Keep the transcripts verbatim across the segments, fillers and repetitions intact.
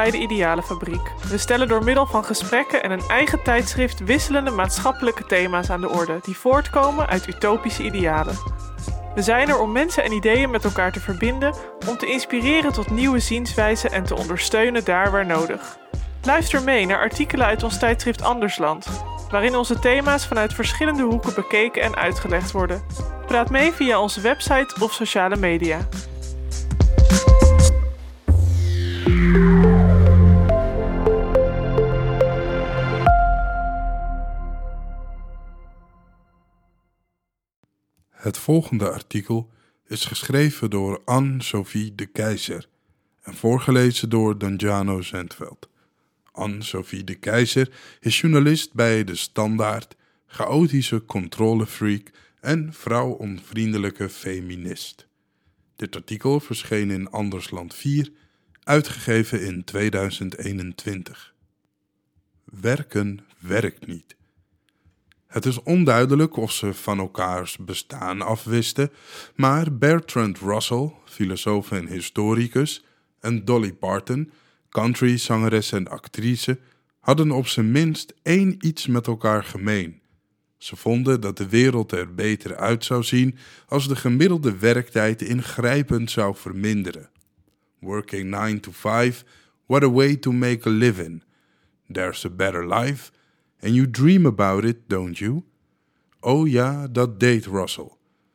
bij de Idealenfabriek. We stellen door middel van gesprekken en een eigen tijdschrift wisselende maatschappelijke thema's aan de orde die voortkomen uit utopische idealen. We zijn er om mensen en ideeën met elkaar te verbinden, om te inspireren tot nieuwe zienswijzen en te ondersteunen daar waar nodig. Luister mee naar artikelen uit ons tijdschrift Andersland, waarin onze thema's vanuit verschillende hoeken bekeken en uitgelegd worden. Praat mee via onze website of sociale media. Het volgende artikel is geschreven door Anne-Sophie de Keizer en voorgelezen door Danjano Zentveld. Anne-Sophie de Keizer is journalist bij De Standaard, chaotische controlefreak en vrouwonvriendelijke feminist. Dit artikel verscheen in Andersland vier, uitgegeven in tweeduizend eenentwintig. Werken werkt niet. Het is onduidelijk of ze van elkaars bestaan afwisten, maar Bertrand Russell, filosoof en historicus, en Dolly Parton, countryzangeres en actrice, hadden op zijn minst één iets met elkaar gemeen. Ze vonden dat de wereld er beter uit zou zien als de gemiddelde werktijd ingrijpend zou verminderen. Working nine to five, what a way to make a living. There's a better life. And you dream about it, don't you? Oh ja, dat deed Russell.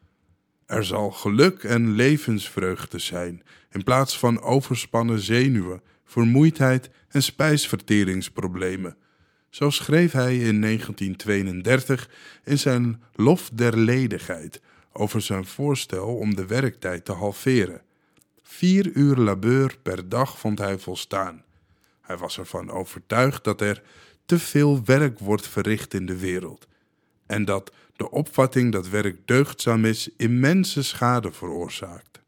Er zal geluk en levensvreugde zijn, in plaats van overspannen zenuwen, vermoeidheid en spijsverteringsproblemen. Zo schreef hij in negentien tweeëndertig in zijn Lof der Ledigheid over zijn voorstel om de werktijd te halveren. Vier uur labeur per dag vond hij volstaan. Hij was ervan overtuigd dat er te veel werk wordt verricht in de wereld en dat de opvatting dat werk deugdzaam is immense schade veroorzaakt.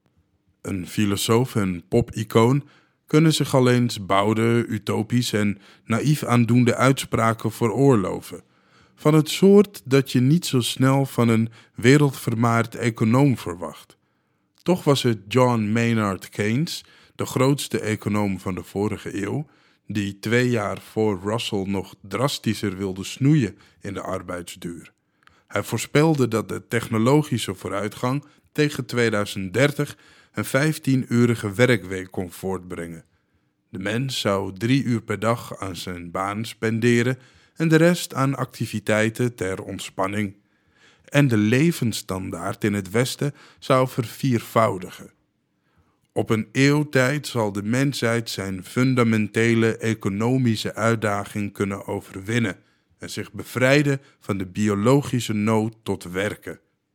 Een filosoof en pop-icoon kunnen zich al eens bouwde, utopisch en naïef aandoende uitspraken veroorloven, van het soort dat je niet zo snel van een wereldvermaard econoom verwacht. Toch was het John Maynard Keynes, de grootste econoom van de vorige eeuw, die twee jaar voor Russell nog drastischer wilde snoeien in de arbeidsduur. Hij voorspelde dat de technologische vooruitgang tegen tweeduizend dertig een vijftien-urige werkweek kon voortbrengen. De mens zou drie uur per dag aan zijn baan spenderen en de rest aan activiteiten ter ontspanning. En de levensstandaard in het Westen zou verviervoudigen. Op een eeuwtijd zal de mensheid zijn fundamentele economische uitdaging kunnen overwinnen en zich bevrijden van de biologische nood tot werken.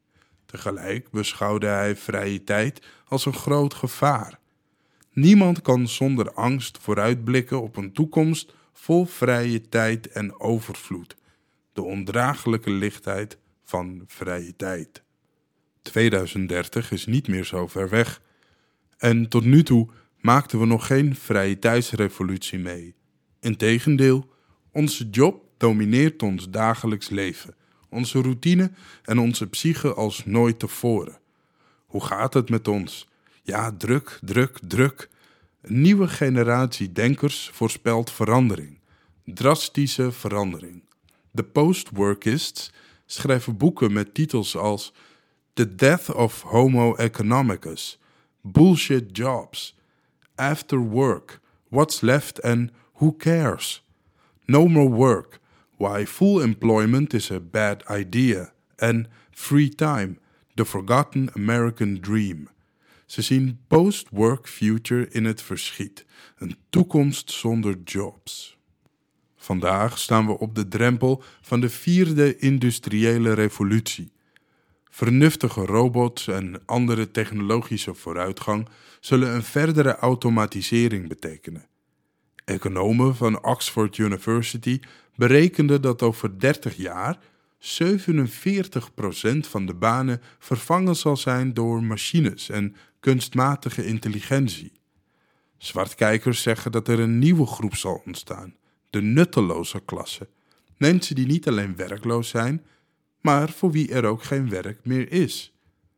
Tegelijk beschouwde hij vrije tijd als een groot gevaar. Niemand kan zonder angst vooruitblikken op een toekomst vol vrije tijd en overvloed, de ondraaglijke lichtheid van vrije tijd. tweeduizend dertig is niet meer zo ver weg. En tot nu toe maakten we nog geen vrije tijdsrevolutie mee. Integendeel, onze job domineert ons dagelijks leven, onze routine en onze psyche als nooit tevoren. Hoe gaat het met ons? Ja, druk, druk, druk. Een nieuwe generatie denkers voorspelt verandering. Drastische verandering. De post-workists schrijven boeken met titels als The Death of Homo Economicus, Bullshit Jobs, After Work, What's Left and Who Cares? No More Work, Why Full Employment is a Bad Idea en Free Time, The Forgotten American Dream. Ze zien post-work future in het verschiet, een toekomst zonder jobs. Vandaag staan we op de drempel van de vierde industriële revolutie. Vernuftige robots en andere technologische vooruitgang zullen een verdere automatisering betekenen. Economen van Oxford University berekenden dat over dertig jaar zevenenveertig procent van de banen vervangen zal zijn door machines en kunstmatige intelligentie. Zwartkijkers zeggen dat er een nieuwe groep zal ontstaan, de nutteloze klasse. Mensen die niet alleen werkloos zijn, maar voor wie er ook geen werk meer is.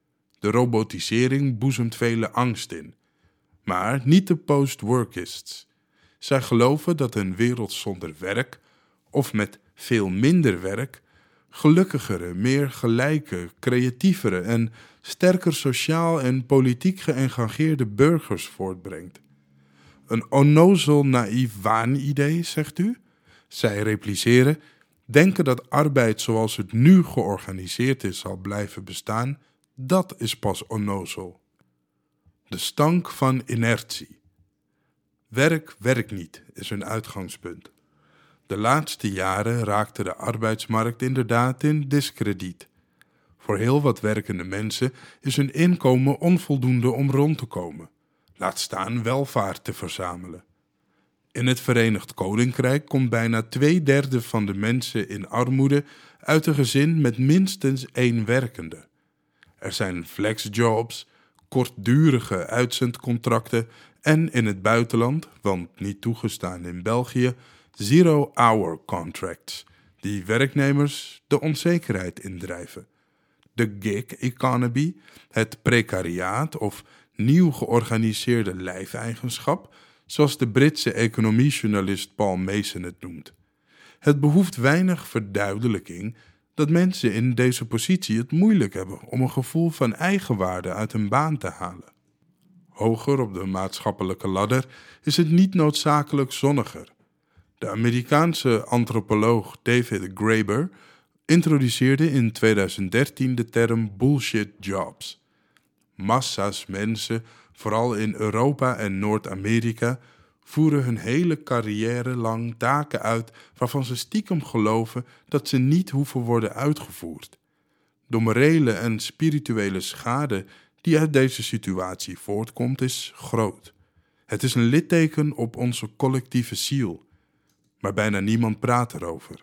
De robotisering boezemt vele angst in, maar niet de post-workists. Zij geloven dat een wereld zonder werk, of met veel minder werk, gelukkigere, meer gelijke, creatievere en sterker sociaal en politiek geëngageerde burgers voortbrengt. Een onnozel, naïef waanidee, zegt u? Zij repliceren: denken dat arbeid zoals het nu georganiseerd is zal blijven bestaan, dat is pas onnozel. De stank van inertie. Werk werkt niet, is hun uitgangspunt. De laatste jaren raakte de arbeidsmarkt inderdaad in diskrediet. Voor heel wat werkende mensen is hun inkomen onvoldoende om rond te komen. Laat staan welvaart te verzamelen. In het Verenigd Koninkrijk komt bijna twee derde van de mensen in armoede uit een gezin met minstens één werkende. Er zijn flexjobs, kortdurige uitzendcontracten en in het buitenland, want niet toegestaan in België, zero-hour contracts, die werknemers de onzekerheid indrijven. De gig economy, het precariaat of nieuw georganiseerde lijfeigenschap, zoals de Britse economiejournalist Paul Mason het noemt. Het behoeft weinig verduidelijking dat mensen in deze positie het moeilijk hebben om een gevoel van eigenwaarde uit een baan te halen. Hoger op de maatschappelijke ladder is het niet noodzakelijk zonniger. De Amerikaanse antropoloog David Graeber introduceerde in tweeduizend dertien de term bullshit jobs. Massa's mensen, vooral in Europa en Noord-Amerika, voeren hun hele carrière lang taken uit waarvan ze stiekem geloven dat ze niet hoeven worden uitgevoerd. De morele en spirituele schade die uit deze situatie voortkomt is groot. Het is een litteken op onze collectieve ziel, maar bijna niemand praat erover.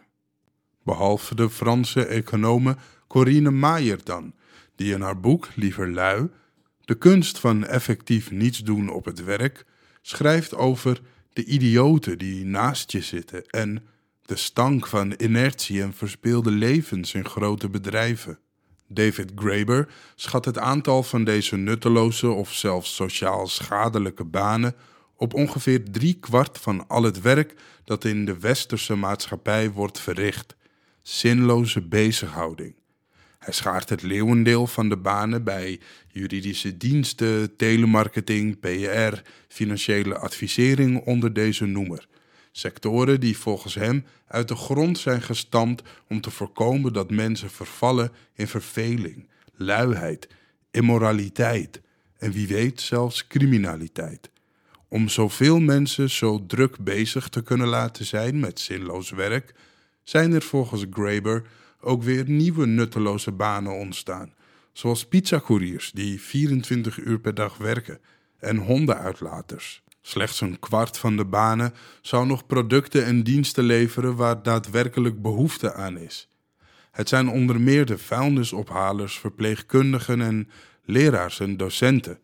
Behalve de Franse econome Corinne Mayer dan, die in haar boek Liever lui, de kunst van effectief niets doen op het werk, schrijft over de idioten die naast je zitten en de stank van inertie en verspeelde levens in grote bedrijven. David Graeber schat het aantal van deze nutteloze of zelfs sociaal schadelijke banen op ongeveer drie kwart van al het werk dat in de westerse maatschappij wordt verricht. Zinloze bezighouding. Hij schaart het leeuwendeel van de banen bij juridische diensten, telemarketing, P R, financiële advisering onder deze noemer. Sectoren die volgens hem uit de grond zijn gestampt om te voorkomen dat mensen vervallen in verveling, luiheid, immoraliteit en wie weet zelfs criminaliteit. Om zoveel mensen zo druk bezig te kunnen laten zijn met zinloos werk, zijn er volgens Graeber ook weer nieuwe nutteloze banen ontstaan, zoals pizzacouriers die vierentwintig uur per dag werken en hondenuitlaters. Slechts een kwart van de banen zou nog producten en diensten leveren waar daadwerkelijk behoefte aan is. Het zijn onder meer de vuilnisophalers, verpleegkundigen en leraars en docenten.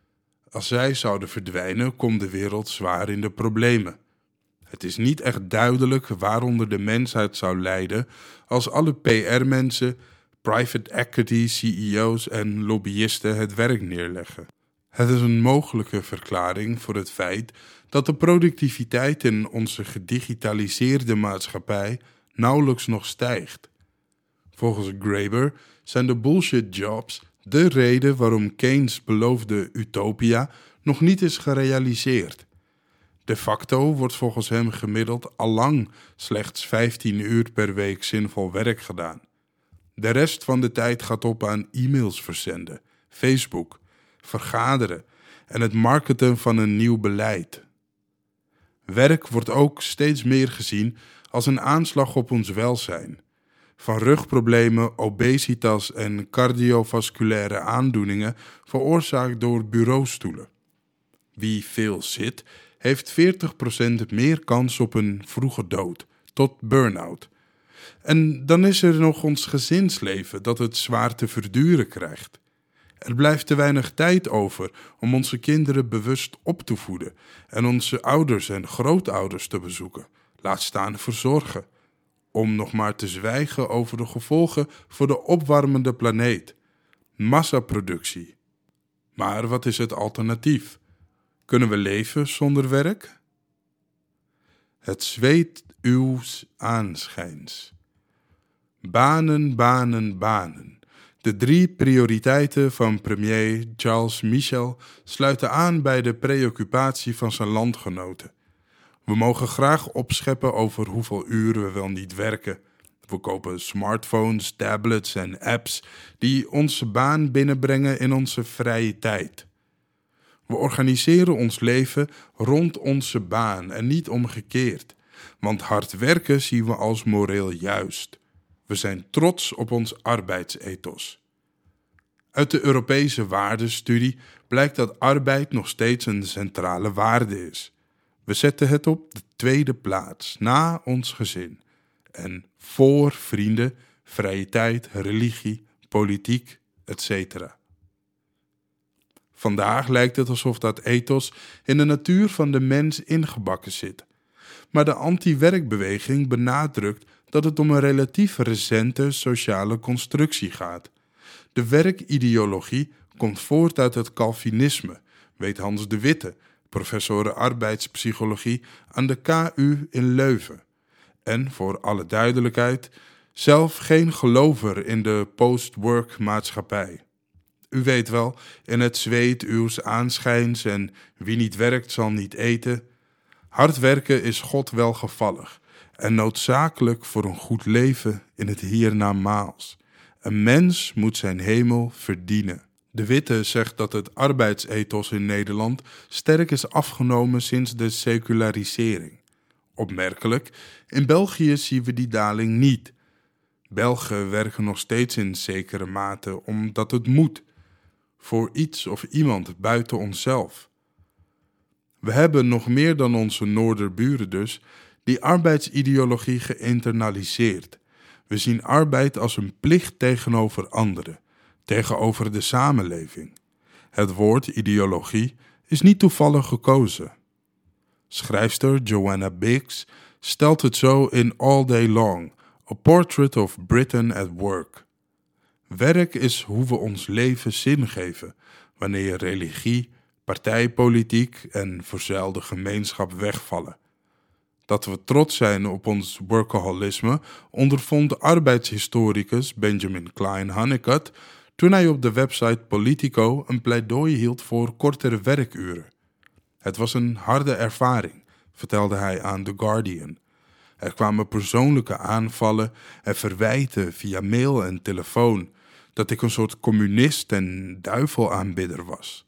Als zij zouden verdwijnen, komt de wereld zwaar in de problemen. Het is niet echt duidelijk waaronder de mensheid zou lijden als alle P R-mensen, private equity C E O's en lobbyisten het werk neerleggen. Het is een mogelijke verklaring voor het feit dat de productiviteit in onze gedigitaliseerde maatschappij nauwelijks nog stijgt. Volgens Graeber zijn de bullshit jobs de reden waarom Keynes beloofde utopia nog niet is gerealiseerd. De facto wordt volgens hem gemiddeld allang slechts vijftien uur per week zinvol werk gedaan. De rest van de tijd gaat op aan e-mails verzenden, Facebook, vergaderen en het marketen van een nieuw beleid. Werk wordt ook steeds meer gezien als een aanslag op ons welzijn. Van rugproblemen, obesitas en cardiovasculaire aandoeningen veroorzaakt door bureaustoelen. Wie veel zit, heeft veertig procent meer kans op een vroege dood, tot burn-out. En dan is er nog ons gezinsleven dat het zwaar te verduren krijgt. Er blijft te weinig tijd over om onze kinderen bewust op te voeden en onze ouders en grootouders te bezoeken, laat staan verzorgen. Om nog maar te zwijgen over de gevolgen voor de opwarmende planeet. Massaproductie. Maar wat is het alternatief? Kunnen we leven zonder werk? het zweet uws aanschijns. Banen, banen, banen. De drie prioriteiten van premier Charles Michel sluiten aan bij de preoccupatie van zijn landgenoten. We mogen graag opscheppen over hoeveel uren we wel niet werken. We kopen smartphones, tablets en apps die onze baan binnenbrengen in onze vrije tijd. We organiseren ons leven rond onze baan en niet omgekeerd, want hard werken zien we als moreel juist. We zijn trots op ons arbeidsethos. Uit de Europese waardenstudie blijkt dat arbeid nog steeds een centrale waarde is. We zetten het op de tweede plaats, na ons gezin. En voor vrienden, vrije tijd, religie, politiek, et cetera. Vandaag lijkt het alsof dat ethos in de natuur van de mens ingebakken zit. Maar de anti-werkbeweging benadrukt dat het om een relatief recente sociale constructie gaat. De werkideologie komt voort uit het Calvinisme, weet Hans de Witte, professor arbeidspsychologie aan de K U in Leuven. En voor alle duidelijkheid, zelf geen gelover in de post-work maatschappij. U weet wel, in het zweet uws aanschijns en wie niet werkt zal niet eten. Hard werken is God welgevallig en noodzakelijk voor een goed leven in het hiernamaals. Een mens moet zijn hemel verdienen. De Witte zegt dat het arbeidsethos in Nederland sterk is afgenomen sinds de secularisering. Opmerkelijk, in België zien we die daling niet. Belgen werken nog steeds in zekere mate omdat het moet. Voor iets of iemand buiten onszelf. We hebben nog meer dan onze noorderburen dus die arbeidsideologie geïnternaliseerd. We zien arbeid als een plicht tegenover anderen, tegenover de samenleving. Het woord ideologie is niet toevallig gekozen. Schrijfster Joanna Biggs stelt het zo in All Day Long, A Portrait of Britain at Work. Werk is hoe we ons leven zin geven, wanneer religie, partijpolitiek en verzuilde gemeenschap wegvallen. Dat we trots zijn op ons workaholisme ondervond arbeidshistoricus Benjamin Klein Honeycutt toen hij op de website Politico een pleidooi hield voor kortere werkuren. Het was een harde ervaring, vertelde hij aan The Guardian. Er kwamen persoonlijke aanvallen en verwijten via mail en telefoon dat ik een soort communist en duivelaanbidder was.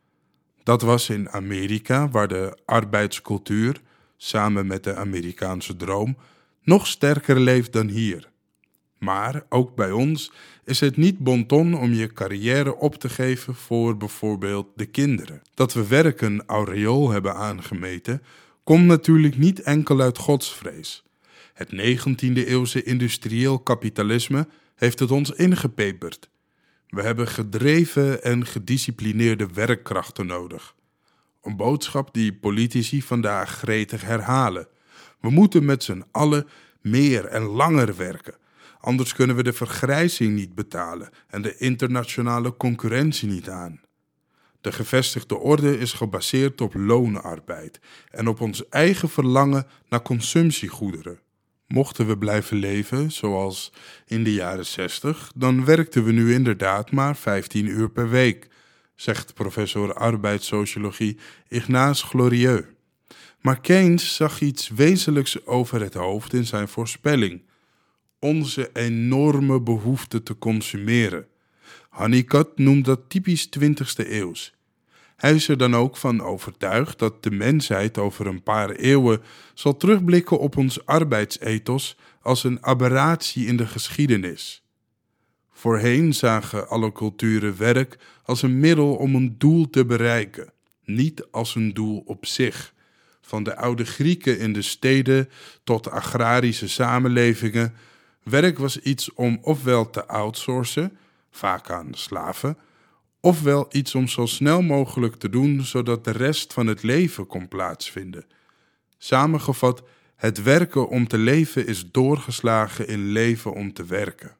Dat was in Amerika, waar de arbeidscultuur, samen met de Amerikaanse droom, nog sterker leeft dan hier. Maar ook bij ons is het niet bon ton om je carrière op te geven voor bijvoorbeeld de kinderen. Dat we werk een aureool hebben aangemeten, komt natuurlijk niet enkel uit godsvrees. Het negentiende eeuwse industrieel kapitalisme heeft het ons ingepeperd. We hebben gedreven en gedisciplineerde werkkrachten nodig. Een boodschap die politici vandaag gretig herhalen. We moeten met z'n allen meer en langer werken. Anders kunnen we de vergrijzing niet betalen en de internationale concurrentie niet aan. De gevestigde orde is gebaseerd op loonarbeid en op ons eigen verlangen naar consumptiegoederen. Mochten we blijven leven, zoals in de jaren zestig, dan werkten we nu inderdaad maar vijftien uur per week, zegt professor arbeidssociologie Ignace Glorieux. Maar Keynes zag iets wezenlijks over het hoofd in zijn voorspelling. Onze enorme behoefte te consumeren. Honeycutt noemt dat typisch twintigste eeuws. Hij is er dan ook van overtuigd dat de mensheid over een paar eeuwen zal terugblikken op ons arbeidsethos als een aberratie in de geschiedenis. Voorheen zagen alle culturen werk als een middel om een doel te bereiken, niet als een doel op zich. Van de oude Grieken in de steden tot agrarische samenlevingen, werk was iets om ofwel te outsourcen, vaak aan slaven, ofwel iets om zo snel mogelijk te doen, zodat de rest van het leven kon plaatsvinden. Samengevat, het werken om te leven is doorgeslagen in leven om te werken.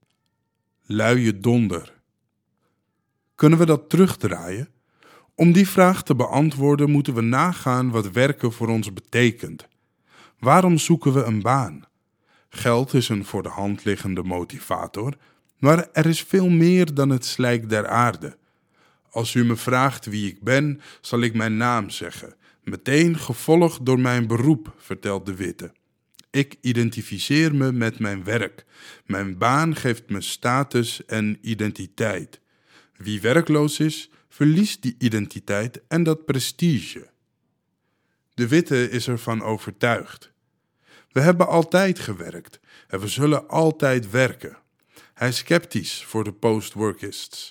Luie donder. Kunnen we dat terugdraaien? Om die vraag te beantwoorden moeten we nagaan wat werken voor ons betekent. Waarom zoeken we een baan? Geld is een voor de hand liggende motivator, maar er is veel meer dan het slijk der aarde. Als u me vraagt wie ik ben, zal ik mijn naam zeggen, meteen gevolgd door mijn beroep, vertelt de Witte. Ik identificeer me met mijn werk. Mijn baan geeft me status en identiteit. Wie werkloos is, verliest die identiteit en dat prestige. De Witte is ervan overtuigd. We hebben altijd gewerkt en we zullen altijd werken. Hij is sceptisch voor de post-workists.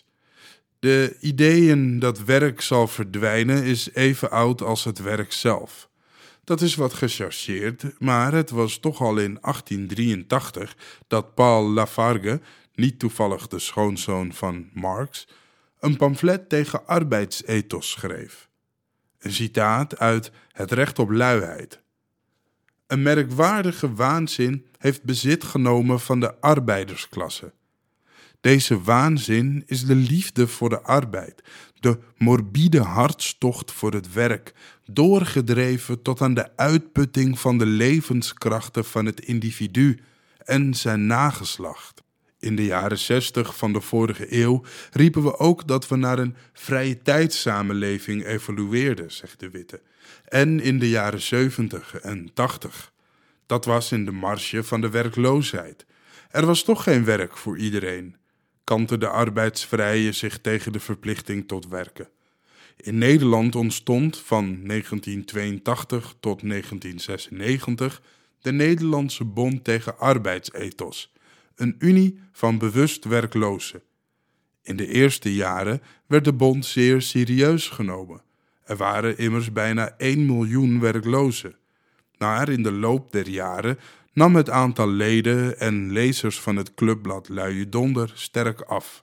De ideeën dat werk zal verdwijnen is even oud als het werk zelf. Dat is wat gechargeerd, maar het was toch al in achttien drieëntachtig dat Paul Lafargue, niet toevallig de schoonzoon van Marx, een pamflet tegen arbeidsethos schreef. Een citaat uit Het recht op luiheid. Een merkwaardige waanzin heeft bezit genomen van de arbeidersklasse. Deze waanzin is de liefde voor de arbeid, de morbide hartstocht voor het werk, doorgedreven tot aan de uitputting van de levenskrachten van het individu en zijn nageslacht. In de jaren zestig van de vorige eeuw riepen we ook dat we naar een vrije tijdssamenleving evolueerden, zegt de Witte. En in de jaren zeventig en tachtig. Dat was in de marge van de werkloosheid. Er was toch geen werk voor iedereen. Kantte de arbeidsvrije zich tegen de verplichting tot werken. In Nederland ontstond van negentien tweeëntachtig tot negentien zesennegentig de Nederlandse Bond tegen Arbeidsethos, een unie van bewust werklozen. In de eerste jaren werd de bond zeer serieus genomen. Er waren immers bijna één miljoen werklozen. Maar in de loop der jaren nam het aantal leden en lezers van het clubblad Luie Donder sterk af.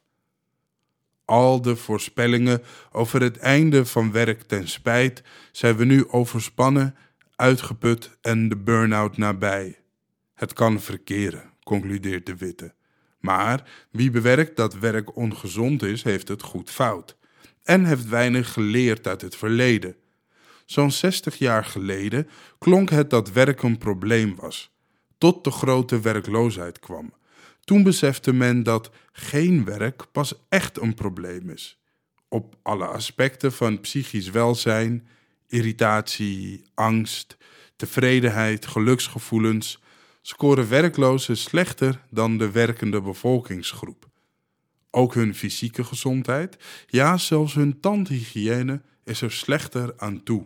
Al de voorspellingen over het einde van werk ten spijt zijn we nu overspannen, uitgeput en de burn-out nabij. Het kan verkeren, concludeert de Witte. Maar wie bewerkt dat werk ongezond is, heeft het goed fout. En heeft weinig geleerd uit het verleden. Zo'n zestig jaar geleden klonk het dat werk een probleem was, tot de grote werkloosheid kwam. Toen besefte men dat geen werk pas echt een probleem is. Op alle aspecten van psychisch welzijn, irritatie, angst, tevredenheid, geluksgevoelens scoren werklozen slechter dan de werkende bevolkingsgroep. Ook hun fysieke gezondheid, ja zelfs hun tandhygiëne is er slechter aan toe.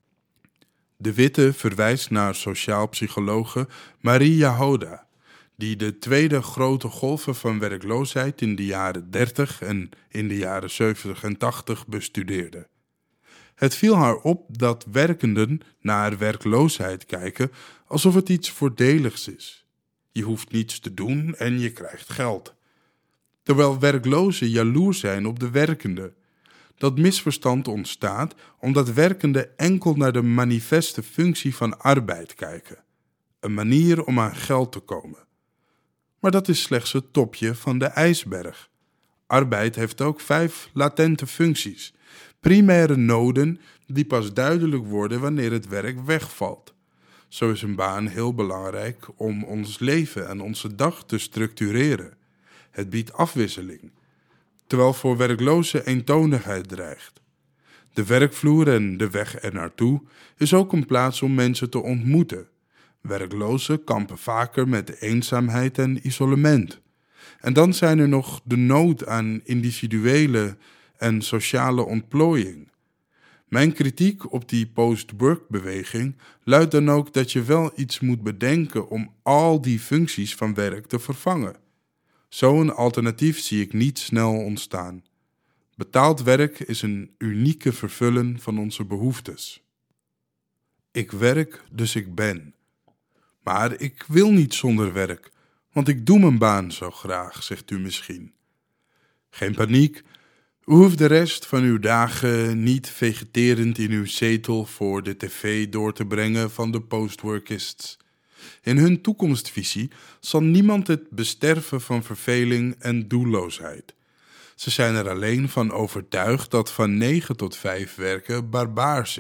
De Witte verwijst naar sociaal-psychologe Marie Jahoda, die de tweede grote golven van werkloosheid in de jaren dertig en in de jaren zeventig en tachtig bestudeerde. Het viel haar op dat werkenden naar werkloosheid kijken alsof het iets voordeligs is. Je hoeft niets te doen en je krijgt geld. Terwijl werklozen jaloers zijn op de werkenden. Dat misverstand ontstaat omdat werkenden enkel naar de manifeste functie van arbeid kijken. Een manier om aan geld te komen. Maar dat is slechts het topje van de ijsberg. Arbeid heeft ook vijf latente functies. Primaire noden die pas duidelijk worden wanneer het werk wegvalt. Zo is een baan heel belangrijk om ons leven en onze dag te structureren. Het biedt afwisseling, terwijl voor werklozen eentonigheid dreigt. De werkvloer en de weg ernaartoe is ook een plaats om mensen te ontmoeten. Werklozen kampen vaker met eenzaamheid en isolement. En dan zijn er nog de nood aan individuele en sociale ontplooiing. Mijn kritiek op die post-work-beweging luidt dan ook dat je wel iets moet bedenken om al die functies van werk te vervangen. Zo'n alternatief zie ik niet snel ontstaan. Betaald werk is een unieke vervullen van onze behoeftes. Ik werk, dus ik ben. Maar ik wil niet zonder werk, want ik doe mijn baan zo graag, zegt u misschien. Geen paniek, u hoeft de rest van uw dagen niet vegeterend in uw zetel voor de tv door te brengen van de postworkists. In hun toekomstvisie zal niemand het besterven van verveling en doelloosheid. Ze zijn er alleen van overtuigd dat van negen tot vijf werken barbaars is,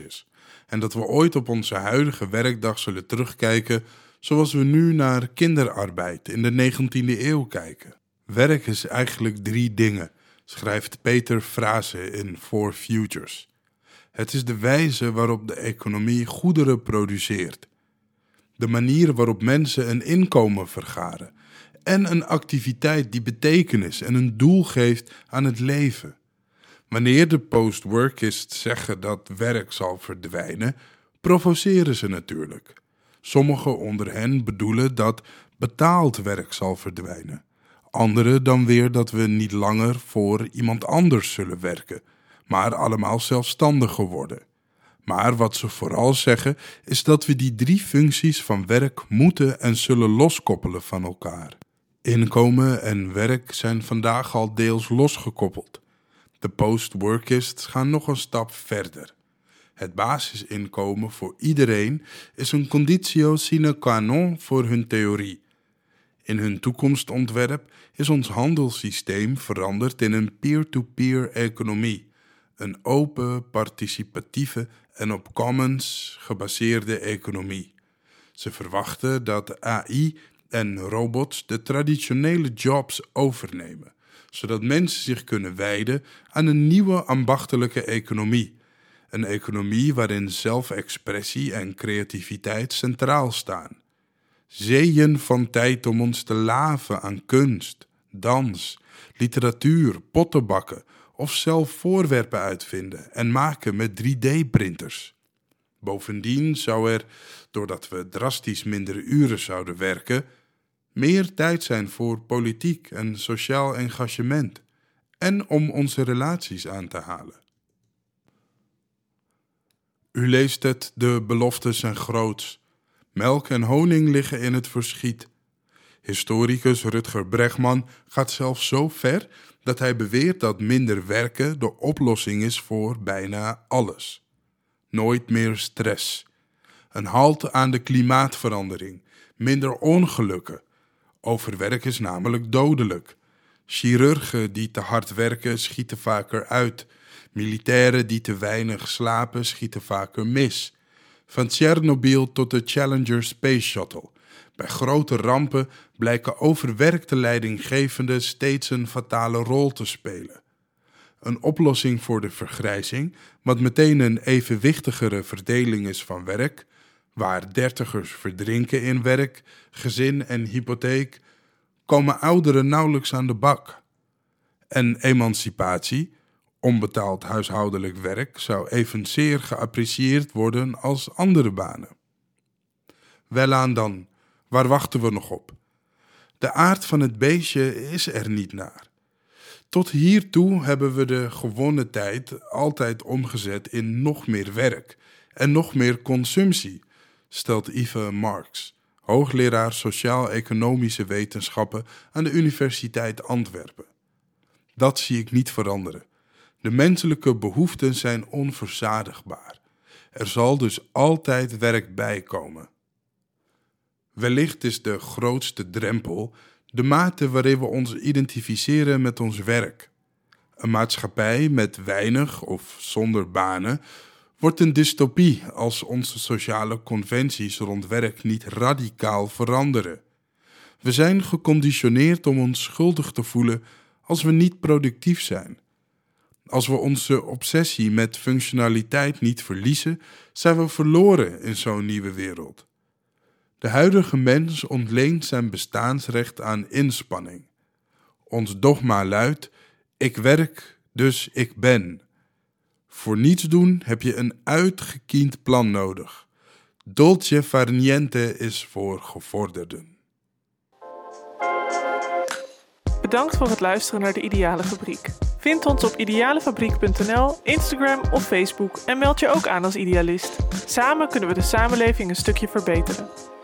En dat we ooit op onze huidige werkdag zullen terugkijken zoals we nu naar kinderarbeid in de negentiende eeuw kijken. Werk is eigenlijk drie dingen, schrijft Peter Frase in Four Futures. Het is de wijze waarop de economie goederen produceert. De manier waarop mensen een inkomen vergaren. En een activiteit die betekenis en een doel geeft aan het leven. Wanneer de post-workists zeggen dat werk zal verdwijnen, provoceren ze natuurlijk. Sommigen onder hen bedoelen dat betaald werk zal verdwijnen. Anderen dan weer dat we niet langer voor iemand anders zullen werken, maar allemaal zelfstandiger worden. Maar wat ze vooral zeggen is dat we die drie functies van werk moeten en zullen loskoppelen van elkaar. Inkomen en werk zijn vandaag al deels losgekoppeld. De post-workists gaan nog een stap verder. Het basisinkomen voor iedereen is een conditio sine qua non voor hun theorie. In hun toekomstontwerp is ons handelssysteem veranderd in een peer-to-peer economie, een open, participatieve en op commons gebaseerde economie. Ze verwachten dat A I en robots de traditionele jobs overnemen, zodat mensen zich kunnen wijden aan een nieuwe ambachtelijke economie. Een economie waarin zelfexpressie en creativiteit centraal staan. Zeeën van tijd om ons te laven aan kunst, dans, literatuur, pottenbakken of zelf voorwerpen uitvinden en maken met drie D-printers. Bovendien zou er, doordat we drastisch minder uren zouden werken, meer tijd zijn voor politiek en sociaal engagement en om onze relaties aan te halen. U leest het, de beloften zijn groots. Melk en honing liggen in het verschiet. Historicus Rutger Bregman gaat zelfs zo ver dat hij beweert dat minder werken de oplossing is voor bijna alles. Nooit meer stress. Een halt aan de klimaatverandering. Minder ongelukken. Overwerk is namelijk dodelijk. Chirurgen die te hard werken schieten vaker uit. Militairen die te weinig slapen schieten vaker mis. Van Tsjernobyl tot de Challenger Space Shuttle. Bij grote rampen blijken overwerkte leidinggevenden steeds een fatale rol te spelen. Een oplossing voor de vergrijzing, wat meteen een evenwichtigere verdeling is van werk, waar dertigers verdrinken in werk, gezin en hypotheek, komen ouderen nauwelijks aan de bak. En emancipatie, onbetaald huishoudelijk werk, zou evenzeer geapprecieerd worden als andere banen. Welaan dan, waar wachten we nog op? De aard van het beestje is er niet naar. Tot hiertoe hebben we de gewonnen tijd altijd omgezet in nog meer werk en nog meer consumptie, stelt Yves Marx, hoogleraar sociaal-economische wetenschappen aan de Universiteit Antwerpen. Dat zie ik niet veranderen. De menselijke behoeften zijn onverzadigbaar. Er zal dus altijd werk bijkomen. Wellicht is de grootste drempel de mate waarin we ons identificeren met ons werk. Een maatschappij met weinig of zonder banen wordt een dystopie als onze sociale conventies rond werk niet radicaal veranderen. We zijn geconditioneerd om ons schuldig te voelen als we niet productief zijn. Als we onze obsessie met functionaliteit niet verliezen, zijn we verloren in zo'n nieuwe wereld. De huidige mens ontleent zijn bestaansrecht aan inspanning. Ons dogma luidt: ik werk, dus ik ben. Voor niets doen heb je een uitgekiend plan nodig. Dolce far niente is voor gevorderden. Bedankt voor het luisteren naar de Ideale Fabriek. Vind ons op idealefabriek punt n l, Instagram of Facebook en meld je ook aan als idealist. Samen kunnen we de samenleving een stukje verbeteren.